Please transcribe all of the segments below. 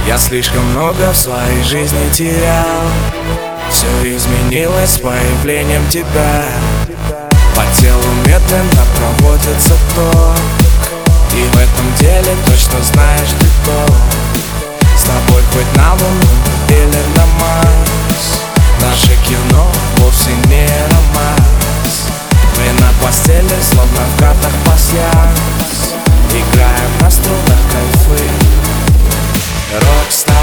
Я слишком много в своей жизни терял. Все изменилось с появлением тебя. По телу медленно проводится ток, и в этом деле точно знаешь ты кто. С тобой хоть на Луну или на Марс, наше кино вовсе не романс. Мы на постели, словно в картах пасьянс, играем на струнах кайфы. Рокстарс.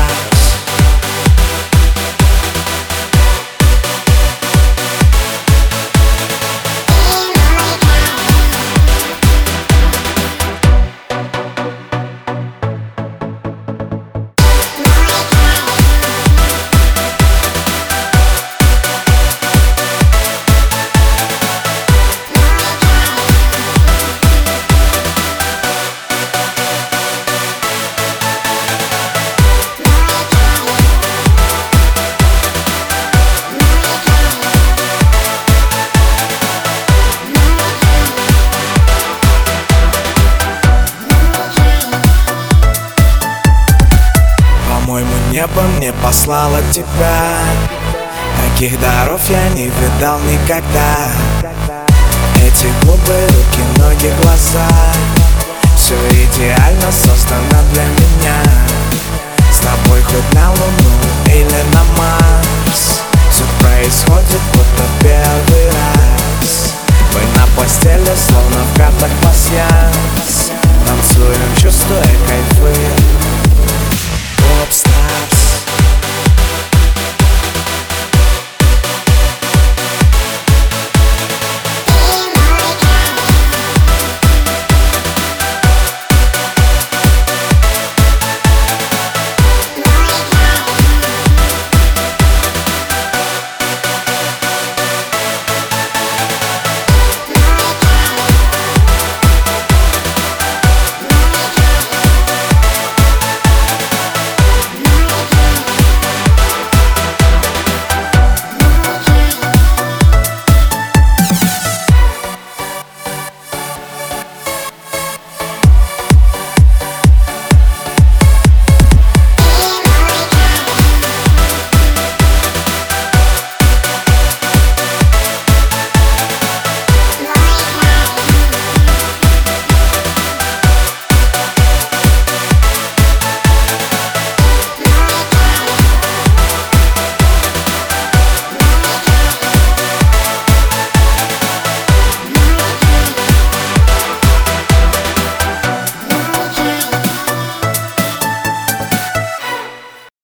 По-моему, небо мне послало тебя. Таких даров я не видал никогда. Эти губы, руки, ноги, глаза, все идеально создано для меня.